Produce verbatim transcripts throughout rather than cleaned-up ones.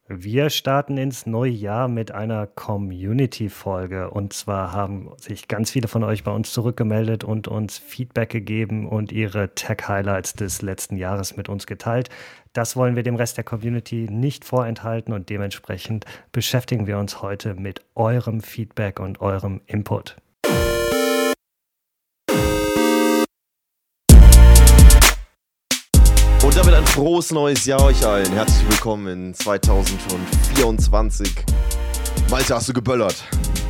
Wir starten ins neue Jahr mit einer Community-Folge. Und zwar haben sich ganz viele von euch bei uns zurückgemeldet und uns Feedback gegeben und ihre Tech-Highlights des letzten Jahres mit uns geteilt. Das wollen wir dem Rest der Community nicht vorenthalten und dementsprechend beschäftigen wir uns heute mit eurem Feedback und eurem Input. Und damit ein frohes neues Jahr euch allen. Herzlich willkommen in zweitausendvierundzwanzig. Malte, hast du geböllert?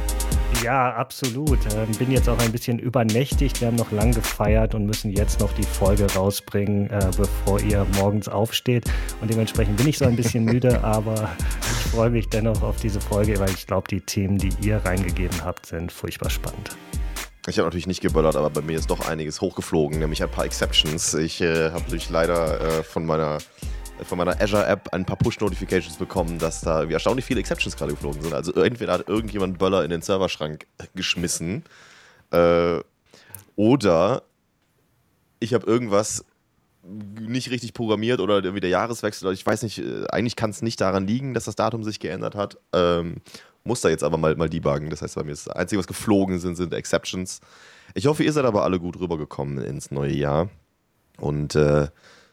Ja, absolut. Ähm, bin jetzt auch ein bisschen übernächtigt. Wir haben noch lang gefeiert und müssen jetzt noch die Folge rausbringen, äh, bevor ihr morgens aufsteht. Und dementsprechend bin ich so ein bisschen müde, aber ich freue mich dennoch auf diese Folge, weil ich glaube, die Themen, die ihr reingegeben habt, sind furchtbar spannend. Ich habe natürlich nicht geböllert, aber bei mir ist doch einiges hochgeflogen, nämlich ein paar Exceptions. Ich äh, habe natürlich leider äh, von meiner von meiner Azure-App ein paar Push-Notifications bekommen, dass da irgendwie erstaunlich viele Exceptions gerade geflogen sind. Also entweder hat irgendjemand einen Böller in den Serverschrank geschmissen äh, oder ich habe irgendwas nicht richtig programmiert oder irgendwie der Jahreswechsel, oder ich weiß nicht, eigentlich kann es nicht daran liegen, dass das Datum sich geändert hat. Ähm, muss da jetzt aber mal, mal debuggen. Das heißt, bei mir ist das Einzige, was geflogen sind, sind Exceptions. Ich hoffe, ihr seid aber alle gut rübergekommen ins neue Jahr und äh,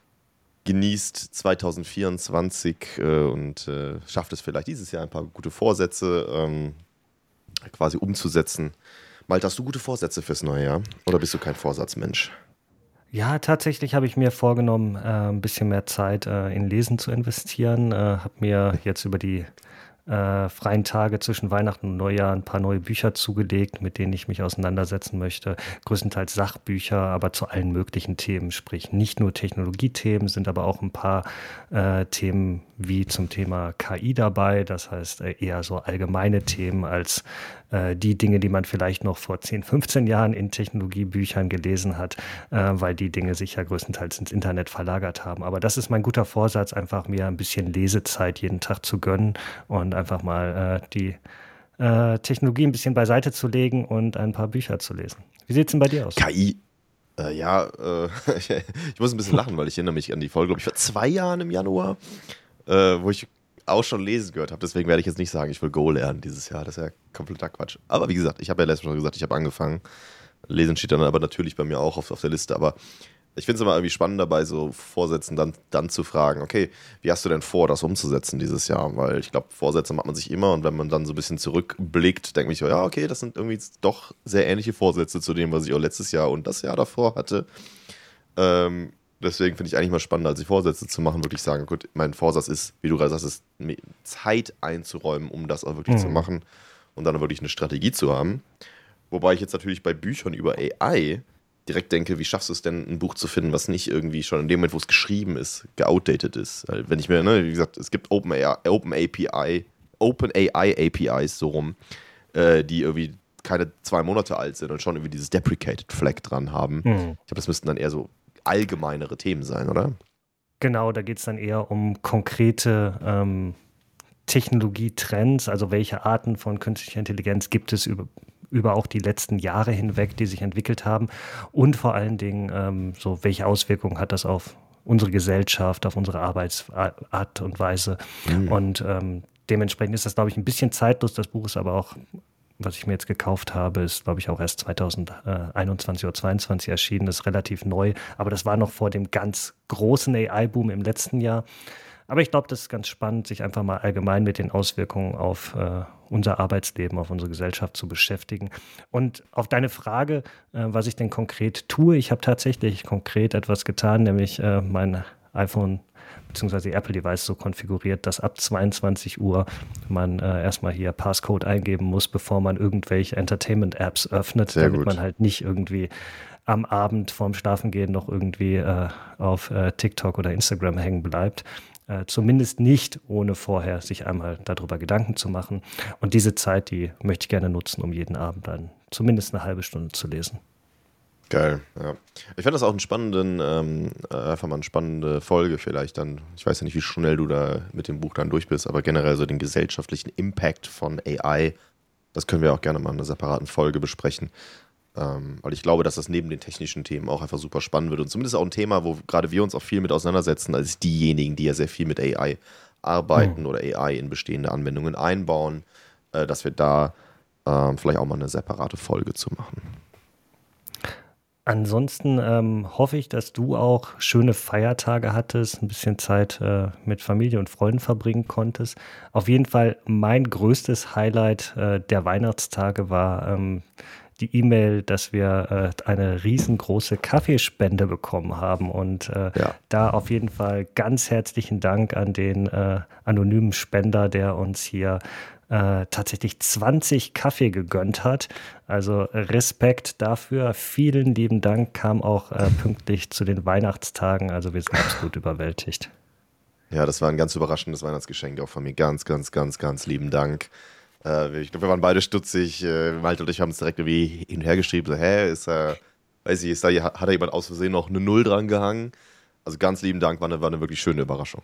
genießt zweitausendvierundzwanzig äh, und äh, schafft es vielleicht dieses Jahr ein paar gute Vorsätze ähm, quasi umzusetzen. Malte, hast du gute Vorsätze fürs neue Jahr oder bist du kein Vorsatzmensch? Ja, tatsächlich habe ich mir vorgenommen, äh, ein bisschen mehr Zeit äh, in Lesen zu investieren. Äh, habe mir jetzt über die äh, freien Tage zwischen Weihnachten und Neujahr ein paar neue Bücher zugelegt, mit denen ich mich auseinandersetzen möchte. Größtenteils Sachbücher, aber zu allen möglichen Themen. Sprich, nicht nur Technologiethemen, sind aber auch ein paar äh, Themen wie zum Thema K I dabei. Das heißt äh, eher so allgemeine Themen als äh, die Dinge, die man vielleicht noch vor zehn, fünfzehn Jahren in Technologiebüchern gelesen hat, äh, weil die Dinge sich ja größtenteils ins Internet verlagert haben. Aber das ist mein guter Vorsatz, einfach mir ein bisschen Lesezeit jeden Tag zu gönnen und einfach mal äh, die äh, Technologie ein bisschen beiseite zu legen und ein paar Bücher zu lesen. Wie sieht es denn bei dir aus? K I, äh, ja, äh, ich, ich muss ein bisschen lachen, weil ich erinnere mich an die Folge, glaube ich, vor zwei Jahren im Januar, äh, wo ich auch schon lesen gehört habe. Deswegen werde ich jetzt nicht sagen, ich will Go lernen dieses Jahr. Das ist ja kompletter Quatsch. Aber wie gesagt, ich habe ja letztes Mal schon gesagt, ich habe angefangen. Lesen steht dann aber natürlich bei mir auch auf, auf der Liste. Aber ich finde es immer irgendwie spannend dabei, so Vorsätzen dann, dann zu fragen, okay, wie hast du denn vor, das umzusetzen dieses Jahr? Weil ich glaube, Vorsätze macht man sich immer und wenn man dann so ein bisschen zurückblickt, denke ich, ja, okay, das sind irgendwie doch sehr ähnliche Vorsätze zu dem, was ich auch letztes Jahr und das Jahr davor hatte. Ähm, deswegen finde ich eigentlich mal spannender, als die Vorsätze zu machen, wirklich sagen, gut, mein Vorsatz ist, wie du gerade sagst, ist Zeit einzuräumen, um das auch wirklich mhm. zu machen und dann wirklich eine Strategie zu haben. Wobei ich jetzt natürlich bei Büchern über A I direkt denke, wie schaffst du es denn, ein Buch zu finden, was nicht irgendwie schon in dem Moment, wo es geschrieben ist, geoutdated ist. Weil wenn ich mir, ne, wie gesagt, es gibt Open A I, Open A P I, Open A I A P Is so rum, äh, die irgendwie keine zwei Monate alt sind und schon irgendwie dieses Deprecated Flag dran haben. Mhm. Ich glaube, das müssten dann eher so allgemeinere Themen sein, oder? Genau, da geht es dann eher um konkrete ähm, Technologietrends, also welche Arten von künstlicher Intelligenz gibt es über über auch die letzten Jahre hinweg, die sich entwickelt haben und vor allen Dingen ähm, so, welche Auswirkungen hat das auf unsere Gesellschaft, auf unsere Arbeitsart und Weise mhm. und ähm, dementsprechend ist das, glaube ich, ein bisschen zeitlos. Das Buch ist aber auch, was ich mir jetzt gekauft habe, ist, glaube ich, auch erst zweitausendeinundzwanzig oder zweiundzwanzig erschienen, ist relativ neu, aber das war noch vor dem ganz großen A I-Boom im letzten Jahr. Aber ich glaube, das ist ganz spannend, sich einfach mal allgemein mit den Auswirkungen auf äh, unser Arbeitsleben, auf unsere Gesellschaft zu beschäftigen. Und auf deine Frage, äh, was ich denn konkret tue, ich habe tatsächlich konkret etwas getan, nämlich äh, mein iPhone bzw. Apple-Device so konfiguriert, dass ab zweiundzwanzig Uhr man äh, erstmal hier Passcode eingeben muss, bevor man irgendwelche Entertainment-Apps öffnet, Sehr damit gut. man halt nicht irgendwie am Abend vorm Schlafengehen noch irgendwie äh, auf äh, TikTok oder Instagram hängen bleibt. Äh, zumindest nicht, ohne vorher sich einmal darüber Gedanken zu machen. Und diese Zeit, die möchte ich gerne nutzen, um jeden Abend dann zumindest eine halbe Stunde zu lesen. Geil, ja. Ich fand das auch einen spannenden, ähm, einfach mal eine spannende Folge vielleicht dann. Ich weiß ja nicht, wie schnell du da mit dem Buch dann durch bist, aber generell so den gesellschaftlichen Impact von A I, das können wir auch gerne mal in einer separaten Folge besprechen. Ähm, weil ich glaube, dass das neben den technischen Themen auch einfach super spannend wird und zumindest auch ein Thema, wo gerade wir uns auch viel mit auseinandersetzen, als diejenigen, die ja sehr viel mit A I arbeiten Mhm. oder A I in bestehende Anwendungen einbauen, äh, dass wir da ähm, vielleicht auch mal eine separate Folge zu machen. Ansonsten ähm, hoffe ich, dass du auch schöne Feiertage hattest, ein bisschen Zeit äh, mit Familie und Freunden verbringen konntest. Auf jeden Fall mein größtes Highlight äh, der Weihnachtstage war ähm, die E-Mail, dass wir äh, eine riesengroße Kaffeespende bekommen haben. Und äh, Ja. da auf jeden Fall ganz herzlichen Dank an den äh, anonymen Spender, der uns hier äh, tatsächlich zwanzig Kaffee gegönnt hat. Also Respekt dafür. Vielen lieben Dank, kam auch äh, pünktlich zu den Weihnachtstagen. Also wir sind absolut überwältigt. Ja, das war ein ganz überraschendes Weihnachtsgeschenk auch von mir. Ganz, ganz, ganz, ganz lieben Dank. Äh, ich glaube, wir waren beide stutzig. Äh, Malte und ich haben es direkt irgendwie hin und her geschrieben. So, hä, ist er, weiß ich, ist da, hat da jemand aus Versehen noch eine Null dran gehangen? Also ganz lieben Dank, war eine, war eine wirklich schöne Überraschung.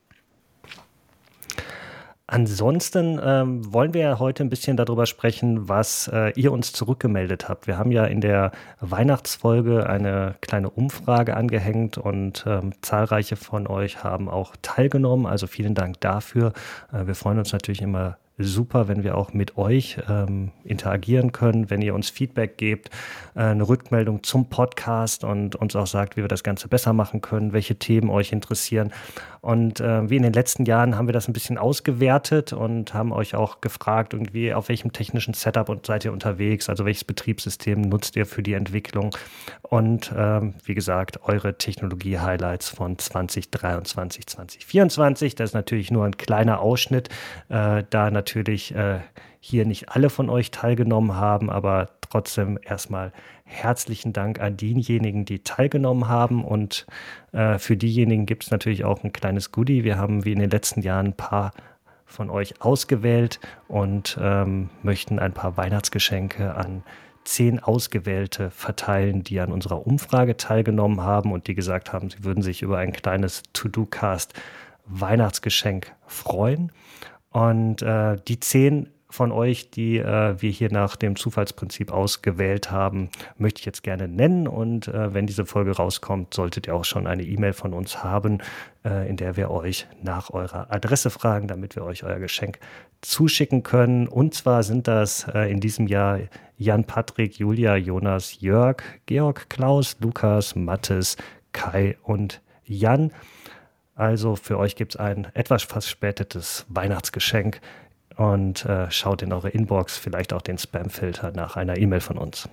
Ansonsten ähm, wollen wir ja heute ein bisschen darüber sprechen, was äh, ihr uns zurückgemeldet habt. Wir haben ja in der Weihnachtsfolge eine kleine Umfrage angehängt und ähm, zahlreiche von euch haben auch teilgenommen. Also vielen Dank dafür. Äh, wir freuen uns natürlich immer super, wenn wir auch mit euch ähm, interagieren können, wenn ihr uns Feedback gebt, äh, eine Rückmeldung zum Podcast und uns auch sagt, wie wir das Ganze besser machen können, welche Themen euch interessieren. Und äh, wie in den letzten Jahren haben wir das ein bisschen ausgewertet und haben euch auch gefragt, irgendwie auf welchem technischen Setup und seid ihr unterwegs, also welches Betriebssystem nutzt ihr für die Entwicklung und ähm, wie gesagt, eure Technologie-Highlights von zwanzig dreiundzwanzig, zwanzig vierundzwanzig. Das ist natürlich nur ein kleiner Ausschnitt, äh, da natürlich äh, hier nicht alle von euch teilgenommen haben, aber trotzdem erstmal herzlichen Dank an diejenigen, die teilgenommen haben und äh, für diejenigen gibt es natürlich auch ein kleines Goodie. Wir haben wie in den letzten Jahren ein paar von euch ausgewählt und ähm, möchten ein paar Weihnachtsgeschenke an zehn Ausgewählte verteilen, die an unserer Umfrage teilgenommen haben und die gesagt haben, sie würden sich über ein kleines To-Do-Cast Weihnachtsgeschenk freuen. Und äh, die zehn von euch, die äh, wir hier nach dem Zufallsprinzip ausgewählt haben, möchte ich jetzt gerne nennen. Und äh, wenn diese Folge rauskommt, solltet ihr auch schon eine E-Mail von uns haben, äh, in der wir euch nach eurer Adresse fragen, damit wir euch euer Geschenk zuschicken können. Und zwar sind das äh, in diesem Jahr Jan, Patrick, Julia, Jonas, Jörg, Georg, Klaus, Lukas, Mathis, Kai und Jan. Also für euch gibt es ein etwas verspätetes Weihnachtsgeschenk und äh, schaut in eure Inbox, vielleicht auch den Spam-Filter nach einer E-Mail von uns.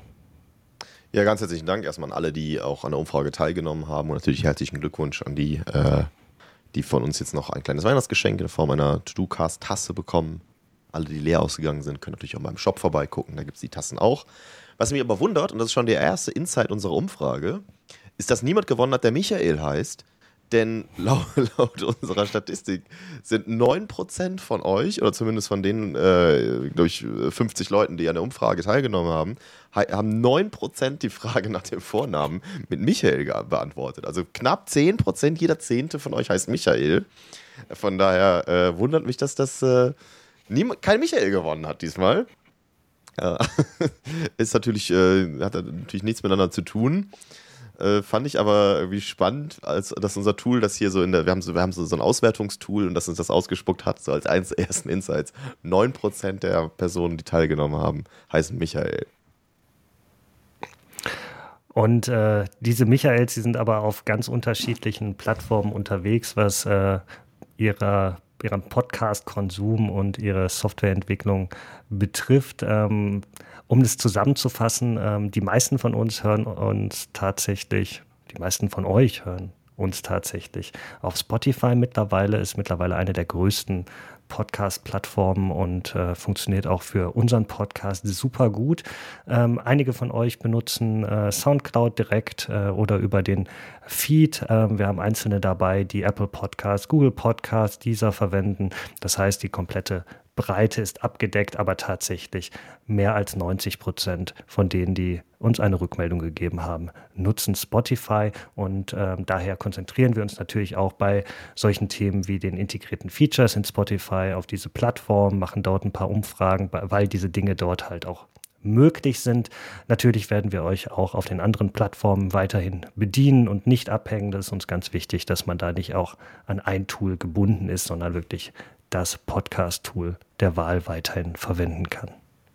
Ja, ganz herzlichen Dank erstmal an alle, die auch an der Umfrage teilgenommen haben und natürlich herzlichen Glückwunsch an die, äh, die von uns jetzt noch ein kleines Weihnachtsgeschenk in Form einer To-Do-Cast-Tasse bekommen. Alle, die leer ausgegangen sind, können natürlich auch mal im Shop vorbeigucken, da gibt es die Tassen auch. Was mich aber wundert, und das ist schon der erste Insight unserer Umfrage, ist, dass niemand gewonnen hat, der Michael heißt. Denn laut, laut unserer Statistik sind neun Prozent von euch, oder zumindest von den, äh, glaube ich, fünfzig Leuten, die an der Umfrage teilgenommen haben, haben neun Prozent die Frage nach dem Vornamen mit Michael beantwortet. Also knapp zehn Prozent, jeder Zehnte von euch heißt Michael. Von daher äh, wundert mich, dass das äh, niemand, kein Michael gewonnen hat diesmal. Äh, ist natürlich, äh, hat natürlich nichts miteinander zu tun. Äh, fand ich aber irgendwie spannend, als dass unser Tool das hier so in der, wir haben so, wir haben so, so ein Auswertungstool und dass uns das ausgespuckt hat, so als eines der ersten Insights. neun Prozent der Personen, die teilgenommen haben, heißen Michael. Und äh, diese Michaels, die sind aber auf ganz unterschiedlichen Plattformen unterwegs, was äh, ihrer, ihren Podcast-Konsum und ihre Softwareentwicklung betrifft. Ähm, um das zusammenzufassen, ähm, die meisten von uns hören uns tatsächlich, die meisten von euch hören uns tatsächlich auf Spotify mittlerweile, ist mittlerweile eine der größten Podcast-Plattformen und äh, funktioniert auch für unseren Podcast super gut. Ähm, einige von euch benutzen äh, Soundcloud direkt äh, oder über den Feed. Ähm, wir haben einzelne dabei, die Apple Podcasts, Google Podcasts, Deezer verwenden. Das heißt, die komplette Breite ist abgedeckt, aber tatsächlich mehr als neunzig Prozent von denen, die uns eine Rückmeldung gegeben haben, nutzen Spotify und äh, daher konzentrieren wir uns natürlich auch bei solchen Themen wie den integrierten Features in Spotify auf diese Plattform, machen dort ein paar Umfragen, weil diese Dinge dort halt auch möglich sind. Natürlich werden wir euch auch auf den anderen Plattformen weiterhin bedienen und nicht abhängen. Das ist uns ganz wichtig, dass man da nicht auch an ein Tool gebunden ist, sondern wirklich das Podcast-Tool der Wahl weiterhin verwenden kann.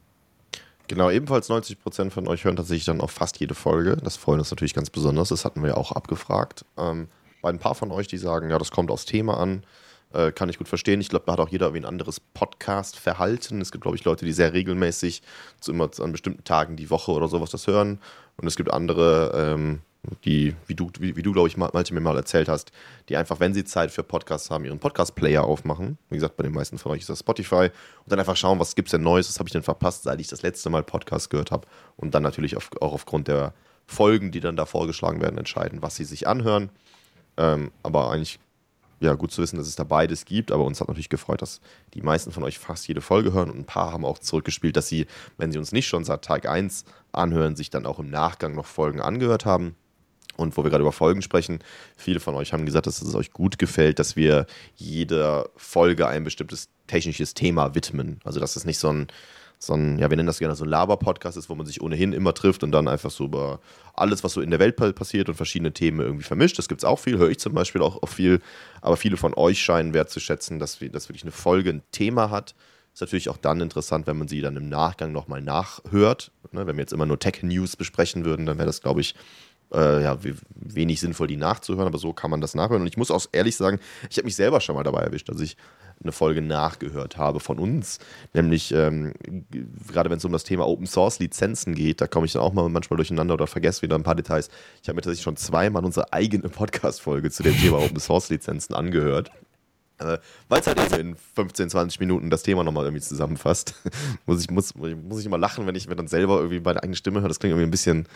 Genau, ebenfalls neunzig Prozent von euch hören tatsächlich dann auch fast jede Folge. Das freut uns natürlich ganz besonders. Das hatten wir ja auch abgefragt. Ähm, bei ein paar von euch, die sagen, ja, das kommt aufs Thema an, äh, kann ich gut verstehen. Ich glaube, da hat auch jeder irgendwie ein anderes Podcast-Verhalten. Es gibt, glaube ich, Leute, die sehr regelmäßig zu immer an bestimmten Tagen die Woche oder sowas das hören. Und es gibt andere, ähm, die, wie du, wie, wie du glaube ich, manche mir mal erzählt hast, die einfach, wenn sie Zeit für Podcasts haben, ihren Podcast-Player aufmachen. Wie gesagt, bei den meisten von euch ist das Spotify. Und dann einfach schauen, was gibt es denn Neues, was habe ich denn verpasst, seit ich das letzte Mal Podcast gehört habe. Und dann natürlich auf, auch aufgrund der Folgen, die dann da vorgeschlagen werden, entscheiden, was sie sich anhören. Ähm, aber eigentlich, ja, gut zu wissen, dass es da beides gibt. Aber uns hat natürlich gefreut, dass die meisten von euch fast jede Folge hören. Und ein paar haben auch zurückgespielt, dass sie, wenn sie uns nicht schon seit Tag eins anhören, sich dann auch im Nachgang noch Folgen angehört haben. Und wo wir gerade über Folgen sprechen, viele von euch haben gesagt, dass es euch gut gefällt, dass wir jeder Folge ein bestimmtes technisches Thema widmen. Also dass es nicht so ein, so ein, ja, wir nennen das gerne so ein Laber-Podcast ist, wo man sich ohnehin immer trifft und dann einfach so über alles, was so in der Welt passiert und verschiedene Themen irgendwie vermischt. Das gibt es auch viel, höre ich zum Beispiel auch, auch viel. Aber viele von euch scheinen wertzuschätzen, dass, wir, dass wirklich eine Folge ein Thema hat. Ist natürlich auch dann interessant, wenn man sie dann im Nachgang nochmal nachhört. Ne, wenn wir jetzt immer nur Tech-News besprechen würden, dann wäre das, glaube ich, Äh, ja, wenig sinnvoll, die nachzuhören, aber so kann man das nachhören. Und ich muss auch ehrlich sagen, ich habe mich selber schon mal dabei erwischt, dass ich eine Folge nachgehört habe von uns, nämlich ähm, gerade wenn es um das Thema Open Source Lizenzen geht, da komme ich dann auch mal manchmal durcheinander oder vergesse wieder ein paar Details. Ich habe mir tatsächlich schon zweimal unsere eigene Podcast-Folge zu dem Thema Open Source Lizenzen angehört. Äh, Weil es halt eben in fünfzehn, zwanzig Minuten das Thema nochmal irgendwie zusammenfasst. muss, ich, muss, muss ich immer lachen, wenn ich mir dann selber irgendwie meine eigene Stimme höre. Das klingt irgendwie ein bisschen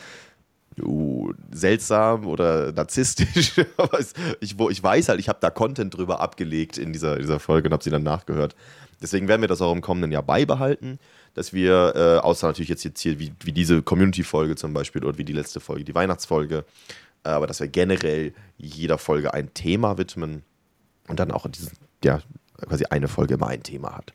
Uh, seltsam oder narzisstisch, aber es, ich, wo, ich weiß halt, ich habe da Content drüber abgelegt in dieser, dieser Folge und habe sie dann nachgehört. Deswegen werden wir das auch im kommenden Jahr beibehalten, dass wir, äh, außer natürlich jetzt, jetzt hier wie, wie diese Community-Folge zum Beispiel oder wie die letzte Folge, die Weihnachtsfolge, äh, aber dass wir generell jeder Folge ein Thema widmen und dann auch diesen, ja, quasi eine Folge immer ein Thema hat.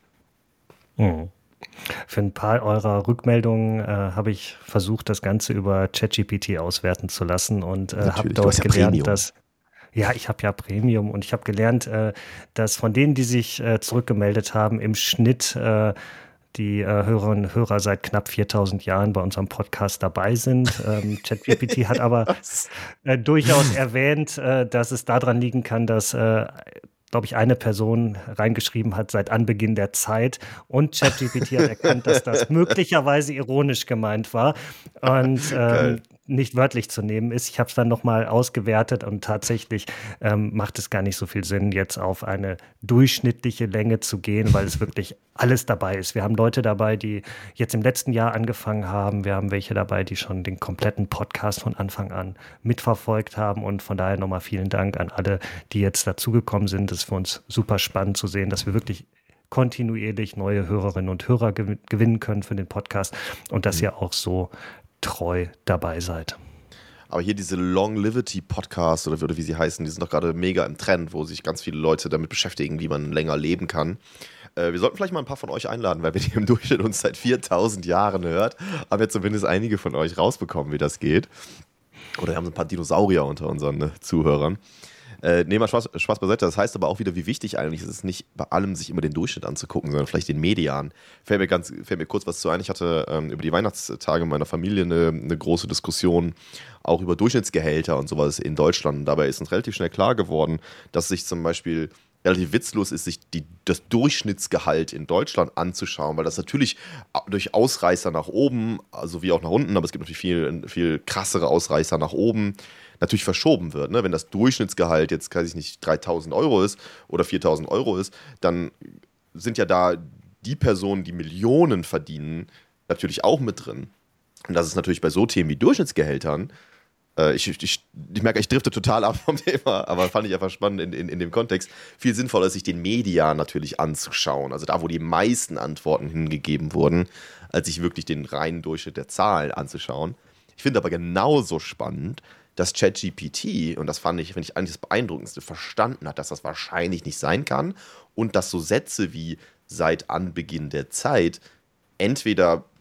Mhm. Für ein paar eurer Rückmeldungen äh, habe ich versucht, das Ganze über ChatGPT auswerten zu lassen und äh, habe dort ja gelernt, Premium. dass ja, ich habe ja Premium und ich habe gelernt, äh, dass von denen, die sich äh, zurückgemeldet haben, im Schnitt äh, die äh, Hörerinnen und Hörer seit knapp viertausend Jahren bei unserem Podcast dabei sind. Ähm, ChatGPT hat aber äh, durchaus erwähnt, äh, dass es daran liegen kann, dass äh, glaube ich, eine Person reingeschrieben hat seit Anbeginn der Zeit und ChatGPT hat erkannt, dass das möglicherweise ironisch gemeint war und ähm, nicht wörtlich zu nehmen ist. Ich habe es dann nochmal ausgewertet und tatsächlich ähm, macht es gar nicht so viel Sinn, jetzt auf eine durchschnittliche Länge zu gehen, weil es wirklich alles dabei ist. Wir haben Leute dabei, die jetzt im letzten Jahr angefangen haben. Wir haben welche dabei, die schon den kompletten Podcast von Anfang an mitverfolgt haben und von daher nochmal vielen Dank an alle, die jetzt dazugekommen sind. Es ist für uns super spannend zu sehen, dass wir wirklich kontinuierlich neue Hörerinnen und Hörer gewinnen können für den Podcast und dass ihr auch so treu dabei seid. Aber hier diese Longevity-Podcasts oder, oder wie sie heißen, die sind doch gerade mega im Trend, wo sich ganz viele Leute damit beschäftigen, wie man länger leben kann. Äh, wir sollten vielleicht mal ein paar von euch einladen, weil wenn ihr im Durchschnitt uns seit viertausend Jahren hört, haben wir zumindest einige von euch rausbekommen, wie das geht. Oder wir haben ein paar Dinosaurier unter unseren ne, Zuhörern. Äh, nehmen wir Spaß, Spaß beiseite. Das heißt aber auch wieder, wie wichtig eigentlich ist es nicht, bei allem sich immer den Durchschnitt anzugucken, sondern vielleicht den Median. Fällt mir, ganz, fällt mir kurz was zu ein. Ich hatte ähm, über die Weihnachtstage meiner Familie eine, eine große Diskussion, auch über Durchschnittsgehälter und sowas in Deutschland. Und dabei ist uns relativ schnell klar geworden, dass sich zum Beispiel relativ witzlos ist, sich die, das Durchschnittsgehalt in Deutschland anzuschauen, weil das natürlich durch Ausreißer nach oben, also wie auch nach unten, aber es gibt natürlich viel, viel krassere Ausreißer nach oben, natürlich verschoben wird. Ne? Wenn das Durchschnittsgehalt jetzt, weiß ich nicht, dreitausend Euro ist oder viertausend Euro ist, dann sind ja da die Personen, die Millionen verdienen, natürlich auch mit drin. Und das ist natürlich bei so Themen wie Durchschnittsgehältern, äh, ich, ich, ich merke, ich drifte total ab vom Thema, aber fand ich einfach spannend in, in, in dem Kontext, viel sinnvoller, sich den Median natürlich anzuschauen, also da, wo die meisten Antworten hingegeben wurden, als sich wirklich den reinen Durchschnitt der Zahlen anzuschauen. Ich finde aber genauso spannend, dass ChatGPT, und das fand ich, finde ich eigentlich das Beeindruckendste, verstanden hat, dass das wahrscheinlich nicht sein kann und dass so Sätze wie seit Anbeginn der Zeit entweder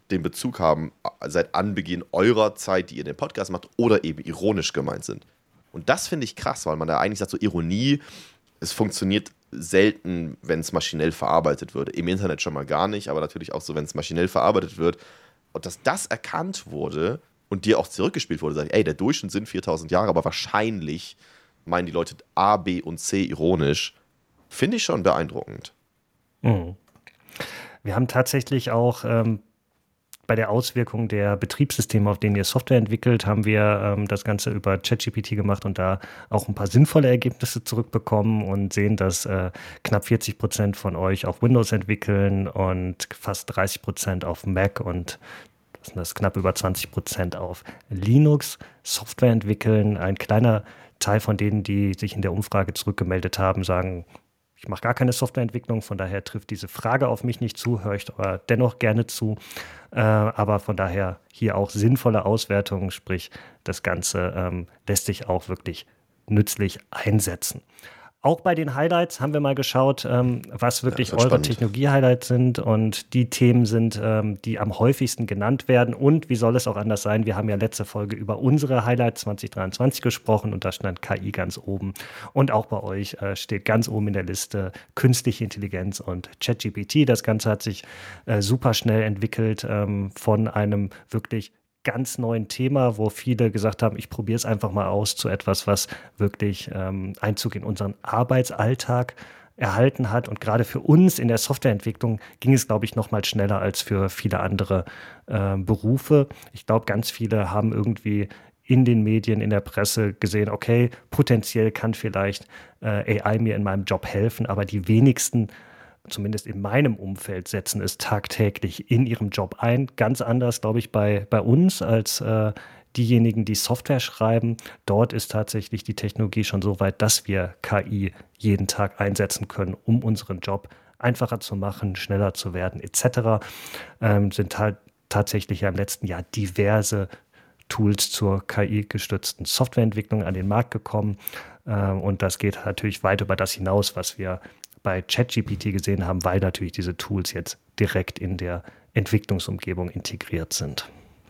den Bezug haben seit Anbeginn eurer Zeit, die ihr den Podcast macht, oder eben ironisch gemeint sind. Und das finde ich krass, weil man da eigentlich sagt, so Ironie, es funktioniert selten, wenn es maschinell verarbeitet wird. Im Internet schon mal gar nicht, aber natürlich auch so, wenn es maschinell verarbeitet wird. Und dass das erkannt wurde und dir auch zurückgespielt wurde, sagt, ey, der Durchschnitt sind viertausend Jahre, aber wahrscheinlich meinen die Leute A, B und C ironisch, finde ich schon beeindruckend. Mhm. Wir haben tatsächlich auch ähm, bei der Auswirkung der Betriebssysteme, auf denen ihr Software entwickelt, haben wir ähm, das Ganze über ChatGPT gemacht und da auch ein paar sinnvolle Ergebnisse zurückbekommen und sehen, dass äh, knapp vierzig Prozent von euch auf Windows entwickeln und fast dreißig Prozent auf Mac und das sind das knapp über zwanzig Prozent auf Linux Software entwickeln. Ein kleiner Teil von denen, die sich in der Umfrage zurückgemeldet haben, sagen, ich mache gar keine Softwareentwicklung, von daher trifft diese Frage auf mich nicht zu, höre ich aber dennoch gerne zu. Äh, aber von daher hier auch sinnvolle Auswertungen, sprich das Ganze ähm, lässt sich auch wirklich nützlich einsetzen. Auch bei den Highlights haben wir mal geschaut, ähm, was wirklich Ja, eure Technologie-Highlights sind und die Themen sind, ähm, die am häufigsten genannt werden. Und wie soll es auch anders sein? Wir haben ja letzte Folge über unsere Highlights zwanzig dreiundzwanzig gesprochen und da stand K I ganz oben. Und auch bei euch äh, steht ganz oben in der Liste künstliche Intelligenz und ChatGPT. Das Ganze hat sich äh, super schnell entwickelt ähm, von einem wirklich ganz neuen Thema, wo viele gesagt haben, ich probiere es einfach mal aus, zu etwas, was wirklich ähm, Einzug in unseren Arbeitsalltag erhalten hat. Und gerade für uns in der Softwareentwicklung ging es, glaube ich, noch mal schneller als für viele andere äh, Berufe. Ich glaube, ganz viele haben irgendwie in den Medien, in der Presse gesehen, okay, potenziell kann vielleicht äh, A I mir in meinem Job helfen, aber die wenigsten zumindest in meinem Umfeld, setzen es tagtäglich in ihrem Job ein. Ganz anders, glaube ich, bei, bei uns als äh, diejenigen, die Software schreiben. Dort ist tatsächlich die Technologie schon so weit, dass wir K I jeden Tag einsetzen können, um unseren Job einfacher zu machen, schneller zu werden et cetera. Ähm, sind halt tatsächlich ja im letzten Jahr diverse Tools zur K I-gestützten Softwareentwicklung an den Markt gekommen. Ähm, und das geht natürlich weit über das hinaus, was wir bei ChatGPT gesehen haben, weil natürlich diese Tools jetzt direkt in der Entwicklungsumgebung integriert sind.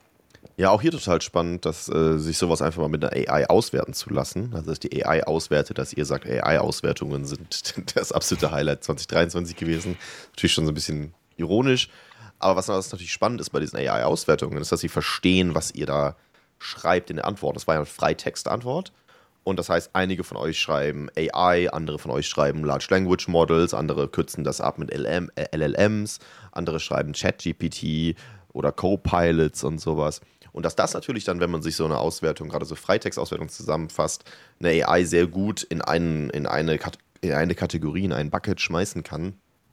Ja, auch hier total spannend, dass äh, sich sowas einfach mal mit einer A I auswerten zu lassen. Also dass die A I auswertet, dass ihr sagt, A I-Auswertungen sind das absolute Highlight zwanzig dreiundzwanzig gewesen. Natürlich schon so ein bisschen ironisch. Aber was, was natürlich spannend ist bei diesen A I-Auswertungen, ist, dass sie verstehen, was ihr da schreibt in der Antwort. Das war ja eine Freitextantwort. Und das heißt, einige von euch schreiben A I, andere von euch schreiben Large Language Models, andere kürzen das ab mit L L Ms, andere schreiben ChatGPT oder Copilots und sowas. Und dass das natürlich dann, wenn man sich so eine Auswertung, gerade so Freitext-Auswertung zusammenfasst, eine A I sehr gut in, einen, in, eine, in eine Kategorie, in einen Bucket schmeißen kann,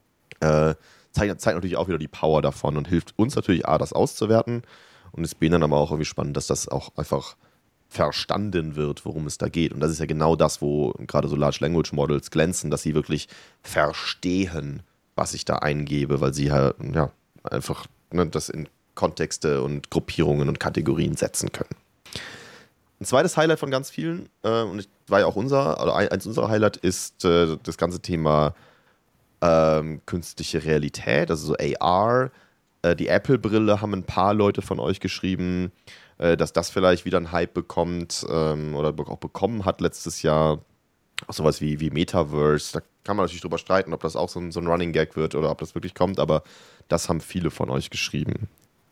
äh, zeigt, zeigt natürlich auch wieder die Power davon und hilft uns natürlich A, das auszuwerten. Und es bin dann aber auch irgendwie spannend, dass das auch einfach verstanden wird, worum es da geht. Und das ist ja genau das, wo gerade so Large Language Models glänzen, dass sie wirklich verstehen, was ich da eingebe, weil sie halt ja, einfach ne, das in Kontexte und Gruppierungen und Kategorien setzen können. Ein zweites Highlight von ganz vielen, äh, und ich war ja auch unser, oder eins unserer Highlight, ist äh, das ganze Thema ähm, künstliche Realität, also so A R. Äh, die Apple-Brille haben ein paar Leute von euch geschrieben, dass das vielleicht wieder einen Hype bekommt ähm, oder auch bekommen hat letztes Jahr. Auch sowas wie, wie Metaverse. Da kann man natürlich drüber streiten, ob das auch so ein, so ein Running Gag wird oder ob das wirklich kommt, aber das haben viele von euch geschrieben.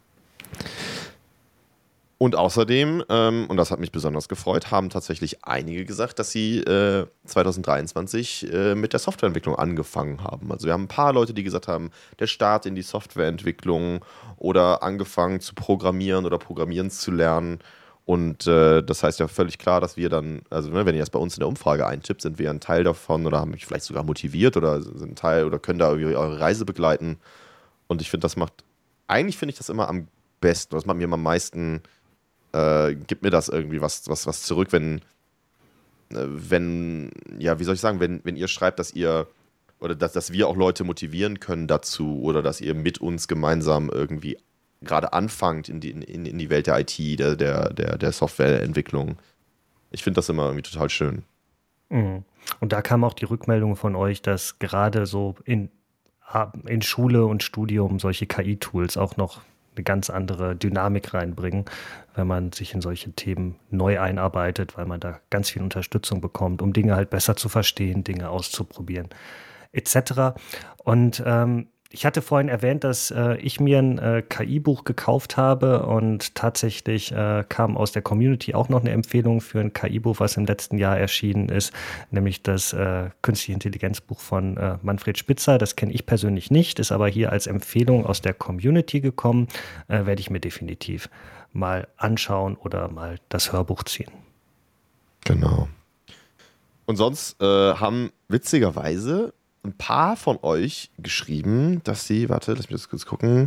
Und außerdem, ähm, und das hat mich besonders gefreut, haben tatsächlich einige gesagt, dass sie äh, zwanzig dreiundzwanzig äh, mit der Softwareentwicklung angefangen haben. Also wir haben ein paar Leute, die gesagt haben, der Start in die Softwareentwicklung oder angefangen zu programmieren oder programmieren zu lernen. Und äh, das heißt ja völlig klar, dass wir dann, also ne, wenn ihr das bei uns in der Umfrage eintippt, sind wir ein Teil davon oder haben mich vielleicht sogar motiviert oder sind ein Teil oder können da irgendwie eure Reise begleiten. Und ich finde, das macht, eigentlich finde ich das immer am besten, das macht mir immer am meisten Äh, gibt mir das irgendwie was, was, was zurück, wenn, äh, wenn, ja, wie soll ich sagen, wenn, wenn ihr schreibt, dass ihr, oder dass, dass wir auch Leute motivieren können dazu oder dass ihr mit uns gemeinsam irgendwie gerade anfangt in die, in, in die Welt der I T, der, der, der, der Softwareentwicklung. Ich finde das immer irgendwie total schön. Mhm. Und da kam auch die Rückmeldung von euch, dass gerade so in, in Schule und Studium solche K I-Tools auch noch eine ganz andere Dynamik reinbringen, wenn man sich in solche Themen neu einarbeitet, weil man da ganz viel Unterstützung bekommt, um Dinge halt besser zu verstehen, Dinge auszuprobieren, et cetera. Und ähm, ich hatte vorhin erwähnt, dass äh, ich mir ein äh, K I-Buch gekauft habe und tatsächlich äh, kam aus der Community auch noch eine Empfehlung für ein K I-Buch, was im letzten Jahr erschienen ist, nämlich das äh, Künstliche Intelligenz-Buch von äh, Manfred Spitzer. Das kenne ich persönlich nicht, ist aber hier als Empfehlung aus der Community gekommen. Äh, werde ich mir definitiv mal anschauen oder mal das Hörbuch ziehen. Genau. Und sonst äh, haben witzigerweise ein paar von euch geschrieben, dass sie, warte, lass mich das kurz gucken,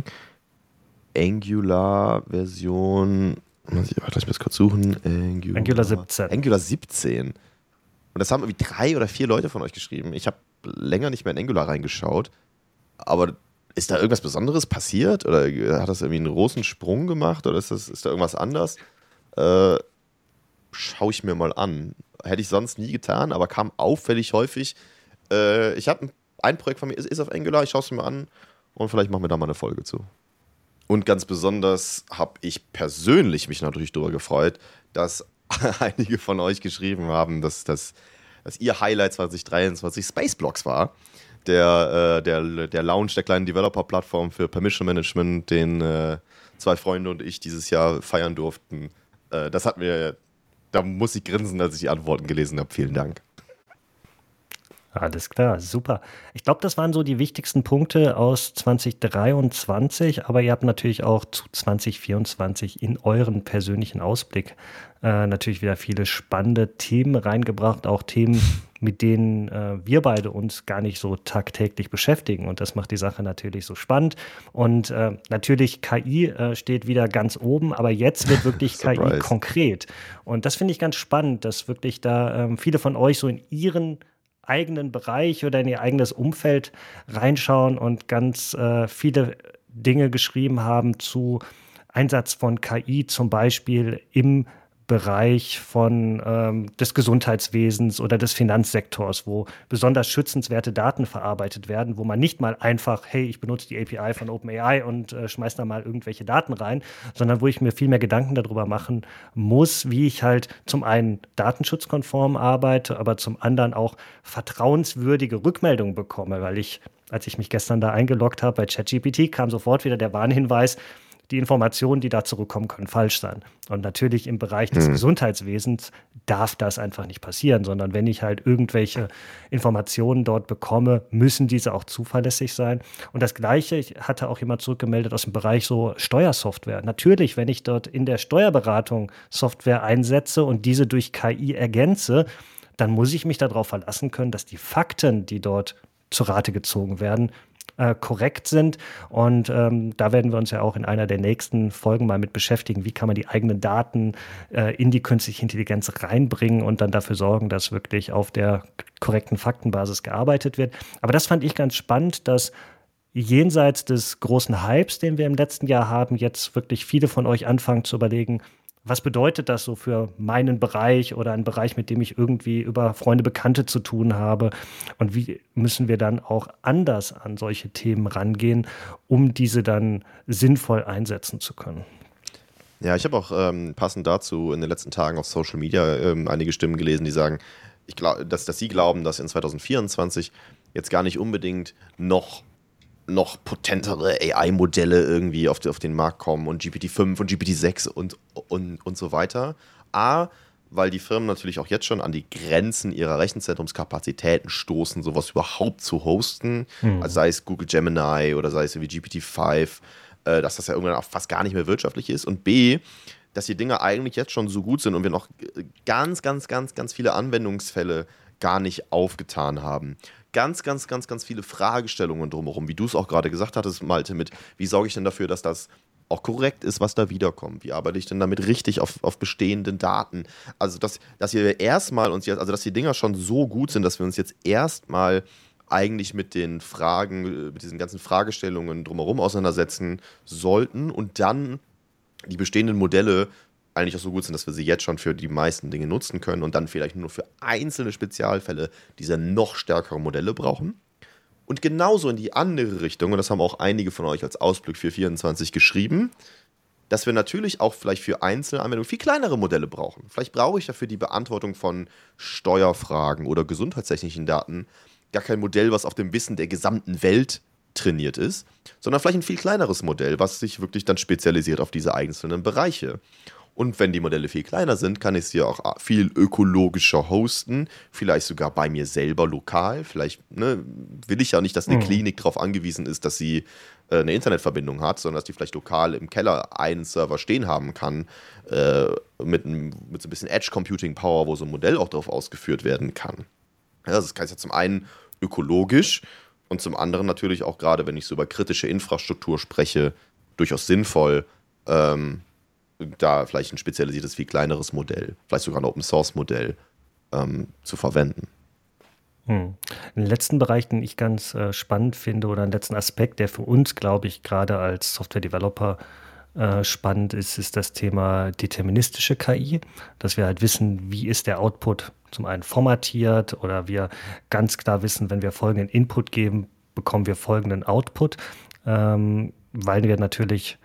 Angular-Version, warte, lass mich das kurz suchen, Angular, Angular siebzehn. Angular siebzehn. Und das haben irgendwie drei oder vier Leute von euch geschrieben. Ich habe länger nicht mehr in Angular reingeschaut, aber ist da irgendwas Besonderes passiert? Oder hat das irgendwie einen großen Sprung gemacht? Oder ist, das, ist da irgendwas anders? Äh, schaue ich mir mal an. Hätte ich sonst nie getan, aber kam auffällig häufig. Äh, ich habe ein, ein Projekt von mir, ist, ist auf Angular, ich schaue es mir mal an und vielleicht machen wir da mal eine Folge zu. Und ganz besonders habe ich persönlich mich natürlich darüber gefreut, dass einige von euch geschrieben haben, dass, dass, dass ihr Highlight zwanzig dreiundzwanzig Spaceblocks war. Der, äh, der, der Launch der kleinen Developer-Plattform für Permission Management, den äh, zwei Freunde und ich dieses Jahr feiern durften. Äh, das hat mir, da muss ich grinsen, als ich die Antworten gelesen habe. Vielen Dank. Alles klar, super. Ich glaube, das waren so die wichtigsten Punkte aus zwanzig dreiundzwanzig, aber ihr habt natürlich auch zu zwanzig vierundzwanzig in euren persönlichen Ausblick äh, natürlich wieder viele spannende Themen reingebracht, auch Themen, mit denen äh, wir beide uns gar nicht so tagtäglich beschäftigen, und das macht die Sache natürlich so spannend. Und äh, natürlich K I äh, steht wieder ganz oben, aber jetzt wird wirklich K I konkret, und das finde ich ganz spannend, dass wirklich da äh, viele von euch so in ihren eigenen Bereich oder in ihr eigenes Umfeld reinschauen und ganz äh, viele Dinge geschrieben haben zu Einsatz von K I, zum Beispiel im Bereich von ähm, des Gesundheitswesens oder des Finanzsektors, wo besonders schützenswerte Daten verarbeitet werden, wo man nicht mal einfach, hey, ich benutze die A P I von OpenAI und äh, schmeiß da mal irgendwelche Daten rein, sondern wo ich mir viel mehr Gedanken darüber machen muss, wie ich halt zum einen datenschutzkonform arbeite, aber zum anderen auch vertrauenswürdige Rückmeldungen bekomme, weil ich, als ich mich gestern da eingeloggt habe bei ChatGPT, kam sofort wieder der Warnhinweis, die Informationen, die da zurückkommen, können falsch sein. Und natürlich im Bereich des hm. Gesundheitswesens darf das einfach nicht passieren, sondern wenn ich halt irgendwelche Informationen dort bekomme, müssen diese auch zuverlässig sein. Und das Gleiche, ich hatte auch jemand zurückgemeldet aus dem Bereich so Steuersoftware. Natürlich, wenn ich dort in der Steuerberatung Software einsetze und diese durch K I ergänze, dann muss ich mich darauf verlassen können, dass die Fakten, die dort zu Rate gezogen werden, Äh, korrekt sind. Und ähm, da werden wir uns ja auch in einer der nächsten Folgen mal mit beschäftigen, wie kann man die eigenen Daten äh, in die künstliche Intelligenz reinbringen und dann dafür sorgen, dass wirklich auf der korrekten Faktenbasis gearbeitet wird. Aber das fand ich ganz spannend, dass jenseits des großen Hypes, den wir im letzten Jahr haben, jetzt wirklich viele von euch anfangen zu überlegen, was bedeutet das so für meinen Bereich oder einen Bereich, mit dem ich irgendwie über Freunde, Bekannte zu tun habe? Und wie müssen wir dann auch anders an solche Themen rangehen, um diese dann sinnvoll einsetzen zu können? Ja, ich habe auch ähm, passend dazu in den letzten Tagen auf Social Media ähm, einige Stimmen gelesen, die sagen, ich glaub, dass, dass sie glauben, dass in zwanzig vierundzwanzig jetzt gar nicht unbedingt noch noch potentere A I-Modelle irgendwie auf, auf den Markt kommen und G P T fünf und G P T sechs und, und, und so weiter. A, weil die Firmen natürlich auch jetzt schon an die Grenzen ihrer Rechenzentrumskapazitäten stoßen, sowas überhaupt zu hosten. Mhm. Also sei es Google Gemini oder sei es wie G P T fünf, äh, dass das ja irgendwann auch fast gar nicht mehr wirtschaftlich ist. Und B, dass die Dinge eigentlich jetzt schon so gut sind und wir noch ganz, ganz, ganz, ganz viele Anwendungsfälle gar nicht aufgetan haben. Ganz, ganz, ganz, ganz viele Fragestellungen drumherum, wie du es auch gerade gesagt hattest, Malte, mit wie sorge ich denn dafür, dass das auch korrekt ist, was da wiederkommt? Wie arbeite ich denn damit richtig auf, auf bestehenden Daten? Also, dass, dass wir erstmal uns jetzt, also dass die Dinger schon so gut sind, dass wir uns jetzt erstmal eigentlich mit den Fragen, mit diesen ganzen Fragestellungen drumherum auseinandersetzen sollten und dann die bestehenden Modelle eigentlich auch so gut sind, dass wir sie jetzt schon für die meisten Dinge nutzen können und dann vielleicht nur für einzelne Spezialfälle diese noch stärkeren Modelle brauchen. Und genauso in die andere Richtung, und das haben auch einige von euch als Ausblick für vierundzwanzig geschrieben, dass wir natürlich auch vielleicht für einzelne Anwendungen viel kleinere Modelle brauchen. Vielleicht brauche ich dafür die Beantwortung von Steuerfragen oder gesundheitstechnischen Daten gar kein Modell, was auf dem Wissen der gesamten Welt trainiert ist, sondern vielleicht ein viel kleineres Modell, was sich wirklich dann spezialisiert auf diese einzelnen Bereiche. Und wenn die Modelle viel kleiner sind, kann ich sie auch viel ökologischer hosten, vielleicht sogar bei mir selber lokal. Vielleicht ne, will ich ja nicht, dass eine mhm. Klinik darauf angewiesen ist, dass sie äh, eine Internetverbindung hat, sondern dass die vielleicht lokal im Keller einen Server stehen haben kann, äh, mit, ein, mit so ein bisschen Edge-Computing-Power, wo so ein Modell auch darauf ausgeführt werden kann. Ja, das ist ja zum einen ökologisch und zum anderen natürlich auch gerade, wenn ich so über kritische Infrastruktur spreche, durchaus sinnvoll, ähm, da vielleicht ein spezialisiertes, viel kleineres Modell, vielleicht sogar ein Open-Source-Modell ähm, zu verwenden. Hm. Den letzten Bereich, den ich ganz äh, spannend finde, oder einen letzten Aspekt, der für uns, glaube ich, gerade als Software-Developer äh, spannend ist, ist das Thema deterministische K I, dass wir halt wissen, wie ist der Output zum einen formatiert oder wir ganz klar wissen, wenn wir folgenden Input geben, bekommen wir folgenden Output, ähm, weil wir natürlich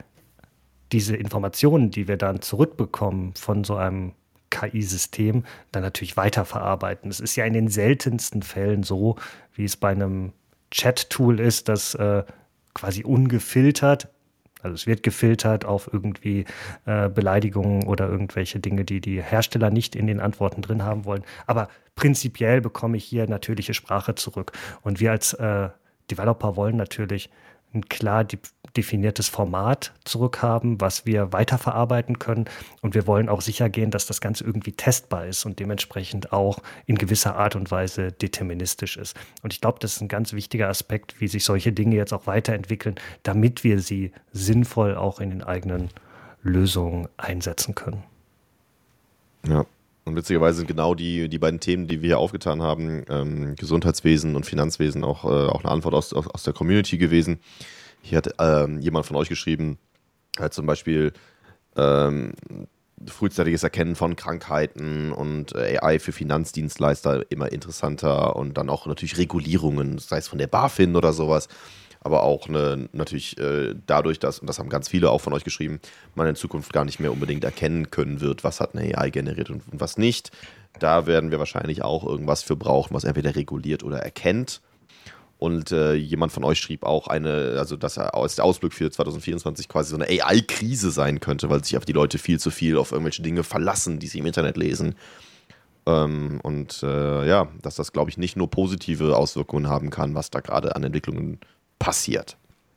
diese Informationen, die wir dann zurückbekommen von so einem K I-System, dann natürlich weiterverarbeiten. Es ist ja in den seltensten Fällen so, wie es bei einem Chat-Tool ist, das äh, quasi ungefiltert, also es wird gefiltert auf irgendwie äh, Beleidigungen oder irgendwelche Dinge, die die Hersteller nicht in den Antworten drin haben wollen. Aber prinzipiell bekomme ich hier natürliche Sprache zurück. Und wir als äh, Developer wollen natürlich ein klar de- definiertes Format zurückhaben, was wir weiterverarbeiten können. Und wir wollen auch sicher gehen, dass das Ganze irgendwie testbar ist und dementsprechend auch in gewisser Art und Weise deterministisch ist. Und ich glaube, das ist ein ganz wichtiger Aspekt, wie sich solche Dinge jetzt auch weiterentwickeln, damit wir sie sinnvoll auch in den eigenen Lösungen einsetzen können. Ja. Und witzigerweise sind genau die, die beiden Themen, die wir hier aufgetan haben, ähm, Gesundheitswesen und Finanzwesen, auch, äh, auch eine Antwort aus, aus, aus der Community gewesen. Hier hat ähm, jemand von euch geschrieben, halt zum Beispiel ähm, frühzeitiges Erkennen von Krankheiten und äh, A I für Finanzdienstleister immer interessanter und dann auch natürlich Regulierungen, sei es von der BaFin oder sowas. Aber auch eine, natürlich äh, dadurch, dass, und das haben ganz viele auch von euch geschrieben, man in Zukunft gar nicht mehr unbedingt erkennen können wird, was hat eine A I generiert und, und was nicht. Da werden wir wahrscheinlich auch irgendwas für brauchen, was entweder reguliert oder erkennt. Und äh, jemand von euch schrieb auch eine, also dass er als der Ausblick für zwanzig vierundzwanzig quasi so eine A I-Krise sein könnte, weil sich einfach die Leute viel zu viel auf irgendwelche Dinge verlassen, die sie im Internet lesen. Ähm, und äh, ja, dass das, glaube ich, nicht nur positive Auswirkungen haben kann, was da gerade an Entwicklungen passiert.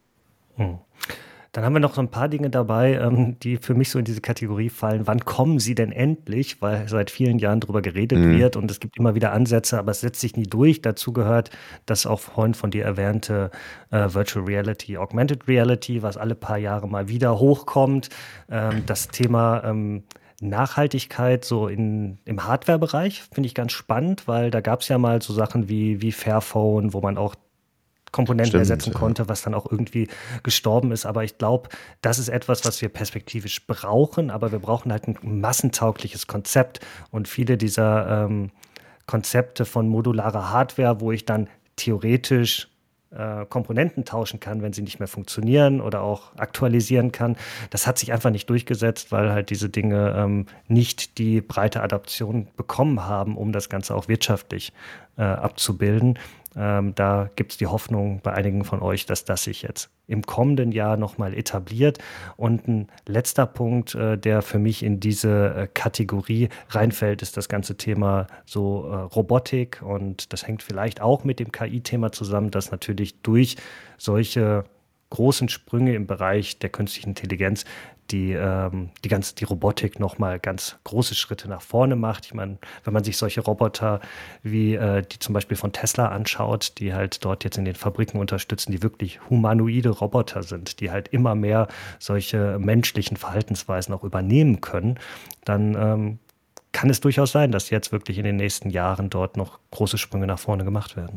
Hm. Dann haben wir noch so ein paar Dinge dabei, ähm, die für mich so in diese Kategorie fallen. Wann kommen sie denn endlich? Weil seit vielen Jahren darüber geredet mhm. wird und es gibt immer wieder Ansätze, aber es setzt sich nie durch. Dazu gehört das auch vorhin von dir erwähnte äh, Virtual Reality, Augmented Reality, was alle paar Jahre mal wieder hochkommt. Ähm, das Thema ähm, Nachhaltigkeit so in, im Hardware-Bereich finde ich ganz spannend, weil da gab es ja mal so Sachen wie, wie Fairphone, wo man auch Komponenten Stimmt, ersetzen konnte, ja. was dann auch irgendwie gestorben ist. Aber ich glaube, das ist etwas, was wir perspektivisch brauchen, aber wir brauchen halt ein massentaugliches Konzept. Und viele dieser ähm, Konzepte von modularer Hardware, wo ich dann theoretisch äh, Komponenten tauschen kann, wenn sie nicht mehr funktionieren oder auch aktualisieren kann, das hat sich einfach nicht durchgesetzt, weil halt diese Dinge ähm, nicht die breite Adaption bekommen haben, um das Ganze auch wirtschaftlich äh, abzubilden. Ähm, da gibt es die Hoffnung bei einigen von euch, dass das sich jetzt im kommenden Jahr nochmal etabliert. Und ein letzter Punkt, äh, der für mich in diese äh, Kategorie reinfällt, ist das ganze Thema so äh, Robotik. Und das hängt vielleicht auch mit dem K I-Thema zusammen, dass natürlich durch solche großen Sprünge im Bereich der künstlichen Intelligenz die, ähm, die, ganz, die Robotik nochmal ganz große Schritte nach vorne macht. Ich meine, wenn man sich solche Roboter wie äh, die zum Beispiel von Tesla anschaut, die halt dort jetzt in den Fabriken unterstützen, die wirklich humanoide Roboter sind, die halt immer mehr solche menschlichen Verhaltensweisen auch übernehmen können, dann ähm, kann es durchaus sein, dass jetzt wirklich in den nächsten Jahren dort noch große Sprünge nach vorne gemacht werden.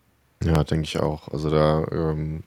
Ja, denke ich auch. Also da ähm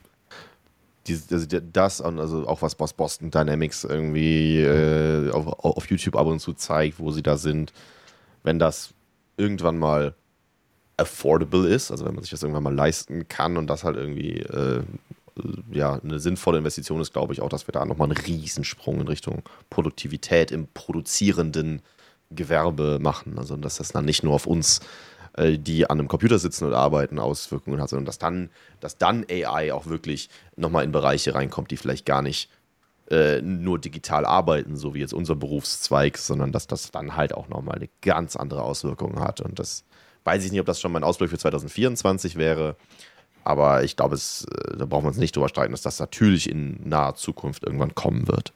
Die, also das, also auch was Boston Dynamics irgendwie äh, auf, auf YouTube ab und zu zeigt, wo sie da sind, wenn das irgendwann mal affordable ist, also wenn man sich das irgendwann mal leisten kann und das halt irgendwie äh, ja, eine sinnvolle Investition ist, glaube ich auch, dass wir da nochmal einen Riesensprung in Richtung Produktivität im produzierenden Gewerbe machen. Also dass das dann nicht nur auf uns, äh, die an einem Computer sitzen und arbeiten, Auswirkungen hat, sondern dass dann, dass dann A I auch wirklich nochmal in Bereiche reinkommt, die vielleicht gar nicht äh, nur digital arbeiten, so wie jetzt unser Berufszweig, sondern dass das dann halt auch nochmal eine ganz andere Auswirkung hat. Und das weiß ich nicht, ob das schon mein Ausblick für zwanzig vierundzwanzig wäre. Aber ich glaube, es, da brauchen wir uns nicht drüber streiten, dass das natürlich in naher Zukunft irgendwann kommen wird.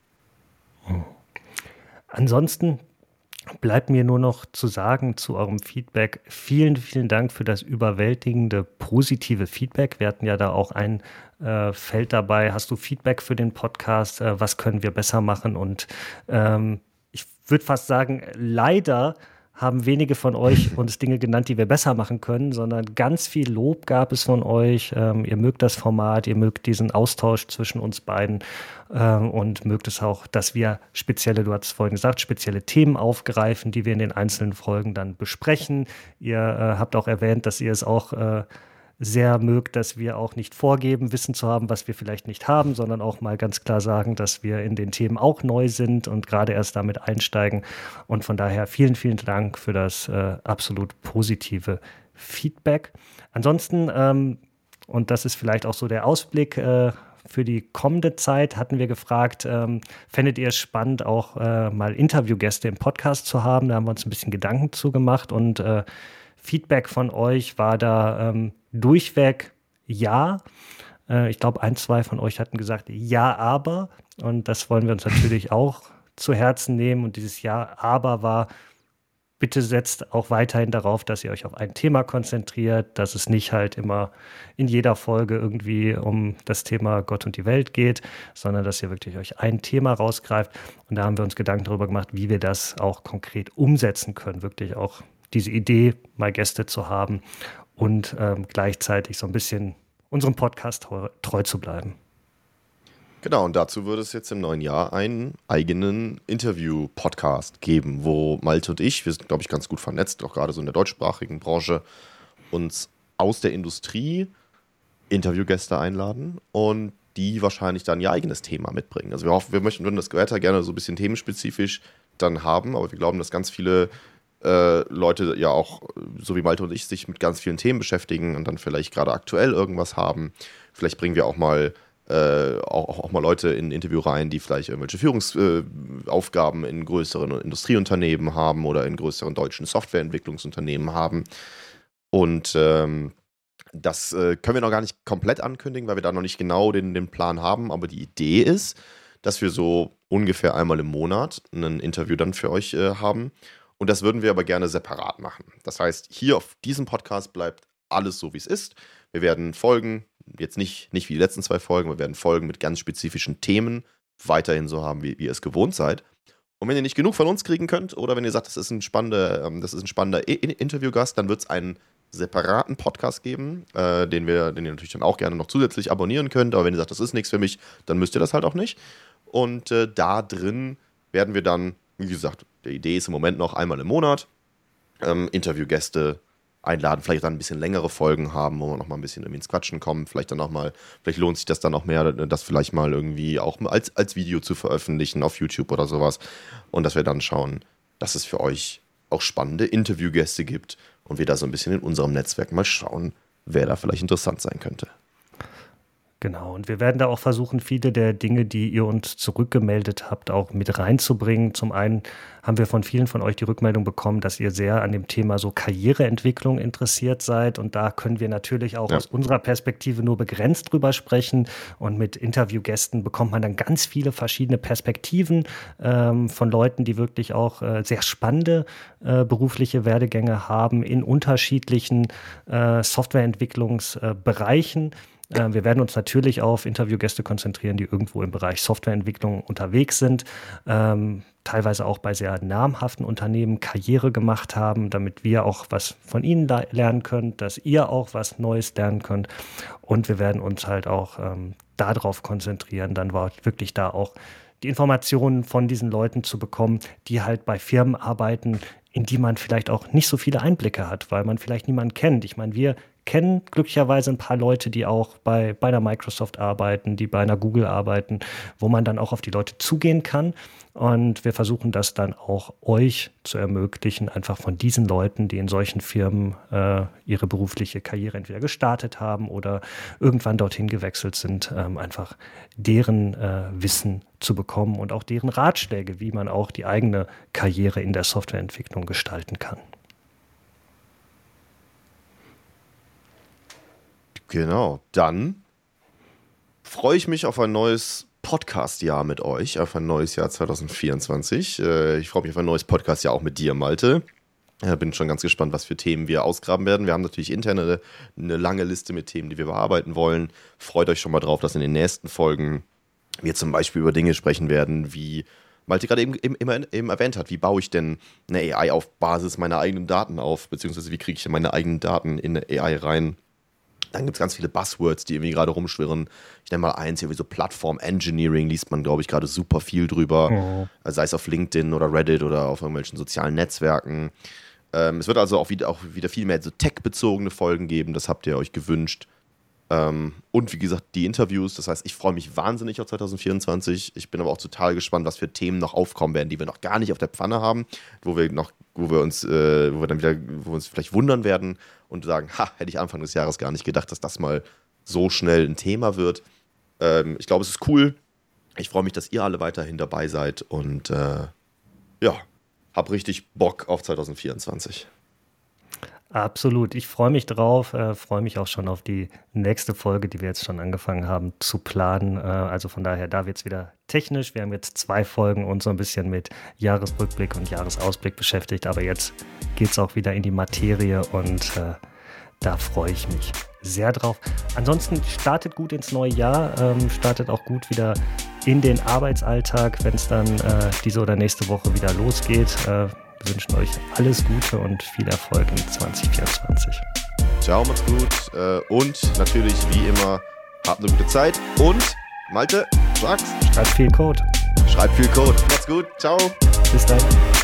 Ansonsten bleibt mir nur noch zu sagen zu eurem Feedback. Vielen, vielen Dank für das überwältigende positive Feedback. Wir hatten ja da auch ein äh, Feld dabei. Hast du Feedback für den Podcast? Äh, was können wir besser machen? Und ähm, ich würde fast sagen, leider haben wenige von euch uns Dinge genannt, die wir besser machen können, sondern ganz viel Lob gab es von euch. Ähm, ihr mögt das Format, ihr mögt diesen Austausch zwischen uns beiden ähm, und mögt es auch, dass wir spezielle, du hast es vorhin gesagt, spezielle Themen aufgreifen, die wir in den einzelnen Folgen dann besprechen. Ihr äh, habt auch erwähnt, dass ihr es auch äh, sehr mögt, dass wir auch nicht vorgeben, Wissen zu haben, was wir vielleicht nicht haben, sondern auch mal ganz klar sagen, dass wir in den Themen auch neu sind und gerade erst damit einsteigen. Und von daher vielen, vielen Dank für das äh, absolut positive Feedback. Ansonsten, ähm, und das ist vielleicht auch so der Ausblick äh, für die kommende Zeit, hatten wir gefragt, ähm, fändet ihr es spannend, auch äh, mal Interviewgäste im Podcast zu haben? Da haben wir uns ein bisschen Gedanken zu gemacht und äh, Feedback von euch war da ähm, durchweg ja. Äh, ich glaube, ein, zwei von euch hatten gesagt, ja, aber. Und das wollen wir uns natürlich auch zu Herzen nehmen. Und dieses Ja, aber war, bitte setzt auch weiterhin darauf, dass ihr euch auf ein Thema konzentriert, dass es nicht halt immer in jeder Folge irgendwie um das Thema Gott und die Welt geht, sondern dass ihr wirklich euch ein Thema rausgreift. Und da haben wir uns Gedanken darüber gemacht, wie wir das auch konkret umsetzen können, wirklich auch diese Idee, mal Gäste zu haben und ähm, gleichzeitig so ein bisschen unserem Podcast treu, treu zu bleiben. Genau, und dazu würde es jetzt im neuen Jahr einen eigenen Interview-Podcast geben, wo Malte und ich, wir sind, glaube ich, ganz gut vernetzt, auch gerade so in der deutschsprachigen Branche, uns aus der Industrie Interviewgäste einladen und die wahrscheinlich dann ihr eigenes Thema mitbringen. Also wir hoffen, wir möchten würden das weiter gerne so ein bisschen themenspezifisch dann haben, aber wir glauben, dass ganz viele Äh, Leute ja auch, so wie Malte und ich, sich mit ganz vielen Themen beschäftigen und dann vielleicht gerade aktuell irgendwas haben. Vielleicht bringen wir auch mal äh, auch, auch mal Leute in ein Interview rein, die vielleicht irgendwelche Führungsaufgaben äh, in größeren Industrieunternehmen haben oder in größeren deutschen Softwareentwicklungsunternehmen haben. Und ähm, das äh, können wir noch gar nicht komplett ankündigen, weil wir da noch nicht genau den, den Plan haben. Aber die Idee ist, dass wir so ungefähr einmal im Monat ein Interview dann für euch äh, haben. Und das würden wir aber gerne separat machen. Das heißt, hier auf diesem Podcast bleibt alles so, wie es ist. Wir werden Folgen, jetzt nicht, nicht wie die letzten zwei Folgen, wir werden Folgen mit ganz spezifischen Themen weiterhin so haben, wie, wie ihr es gewohnt seid. Und wenn ihr nicht genug von uns kriegen könnt oder wenn ihr sagt, das ist ein spannender, das ist ein spannender Interviewgast, dann wird es einen separaten Podcast geben, äh, den, wir, den ihr natürlich dann auch gerne noch zusätzlich abonnieren könnt. Aber wenn ihr sagt, das ist nichts für mich, dann müsst ihr das halt auch nicht. Und äh, da drin werden wir dann, wie gesagt, die Idee ist im Moment noch einmal im Monat ähm, Interviewgäste einladen, vielleicht dann ein bisschen längere Folgen haben, wo wir noch mal ein bisschen irgendwie ins Quatschen kommen, vielleicht dann auch mal, vielleicht lohnt sich das dann auch mehr, das vielleicht mal irgendwie auch als, als Video zu veröffentlichen auf YouTube oder sowas und dass wir dann schauen, dass es für euch auch spannende Interviewgäste gibt und wir da so ein bisschen in unserem Netzwerk mal schauen, wer da vielleicht interessant sein könnte. Genau, und wir werden da auch versuchen, viele der Dinge, die ihr uns zurückgemeldet habt, auch mit reinzubringen. Zum einen haben wir von vielen von euch die Rückmeldung bekommen, dass ihr sehr an dem Thema so Karriereentwicklung interessiert seid. Und da können wir natürlich auch ja. aus unserer Perspektive nur begrenzt drüber sprechen. Und mit Interviewgästen bekommt man dann ganz viele verschiedene Perspektiven ähm, von Leuten, die wirklich auch äh, sehr spannende äh, berufliche Werdegänge haben in unterschiedlichen äh, Softwareentwicklungsbereichen. Äh, Wir werden uns natürlich auf Interviewgäste konzentrieren, die irgendwo im Bereich Softwareentwicklung unterwegs sind, ähm, teilweise auch bei sehr namhaften Unternehmen Karriere gemacht haben, damit wir auch was von ihnen da lernen können, dass ihr auch was Neues lernen könnt. Und wir werden uns halt auch ähm, darauf konzentrieren, dann war wirklich da auch die Informationen von diesen Leuten zu bekommen, die halt bei Firmen arbeiten, in die man vielleicht auch nicht so viele Einblicke hat, weil man vielleicht niemanden kennt. Ich meine, wir kennen glücklicherweise ein paar Leute, die auch bei, bei einer Microsoft arbeiten, die bei einer Google arbeiten, wo man dann auch auf die Leute zugehen kann. Und wir versuchen das dann auch euch zu ermöglichen, einfach von diesen Leuten, die in solchen Firmen äh, ihre berufliche Karriere entweder gestartet haben oder irgendwann dorthin gewechselt sind, ähm, einfach deren äh, Wissen zu bekommen und auch deren Ratschläge, wie man auch die eigene Karriere in der Softwareentwicklung gestalten kann. Genau, dann freue ich mich auf ein neues Podcast-Jahr mit euch, auf ein neues Jahr zwanzig vierundzwanzig. Ich freue mich auf ein neues Podcast-Jahr auch mit dir, Malte. Bin schon ganz gespannt, was für Themen wir ausgraben werden. Wir haben natürlich intern eine, eine lange Liste mit Themen, die wir bearbeiten wollen. Freut euch schon mal drauf, dass in den nächsten Folgen wir zum Beispiel über Dinge sprechen werden, wie Malte gerade eben, eben, eben erwähnt hat. Wie baue ich denn eine A I auf Basis meiner eigenen Daten auf, beziehungsweise wie kriege ich meine eigenen Daten in eine A I rein? Dann gibt es ganz viele Buzzwords, die irgendwie gerade rumschwirren. Ich nenne mal eins, hier wie so Plattform Engineering, liest man, glaube ich, gerade super viel drüber. Mhm. Sei es auf LinkedIn oder Reddit oder auf irgendwelchen sozialen Netzwerken. Ähm, es wird also auch wieder, auch wieder viel mehr so tech-bezogene Folgen geben, das habt ihr euch gewünscht. Ähm, und wie gesagt, die Interviews, das heißt, ich freue mich wahnsinnig auf zwanzig vierundzwanzig. Ich bin aber auch total gespannt, was für Themen noch aufkommen werden, die wir noch gar nicht auf der Pfanne haben, wo wir noch, wo wir uns, äh, wo wir dann wieder, wo wir uns vielleicht wundern werden und sagen, ha, hätte ich Anfang des Jahres gar nicht gedacht, dass das mal so schnell ein Thema wird. Ähm, ich glaube, es ist cool. Ich freue mich, dass ihr alle weiterhin dabei seid und äh, ja, hab richtig Bock auf zwanzig vierundzwanzig. Absolut. Ich freue mich drauf, äh, freue mich auch schon auf die nächste Folge, die wir jetzt schon angefangen haben zu planen. Äh, also von daher, da wird es wieder technisch. Wir haben jetzt zwei Folgen uns so ein bisschen mit Jahresrückblick und Jahresausblick beschäftigt, aber jetzt geht es auch wieder in die Materie und äh, da freue ich mich sehr drauf. Ansonsten startet gut ins neue Jahr, ähm, startet auch gut wieder in den Arbeitsalltag, wenn es dann äh, diese oder nächste Woche wieder losgeht. Äh, Wir wünschen euch alles Gute und viel Erfolg in zwanzig vierundzwanzig. Ciao, macht's gut. Und natürlich, wie immer, habt eine gute Zeit. Und, Malte, sag's. Schreibt viel Code. Schreibt viel Code. Macht's gut. Ciao. Bis dann.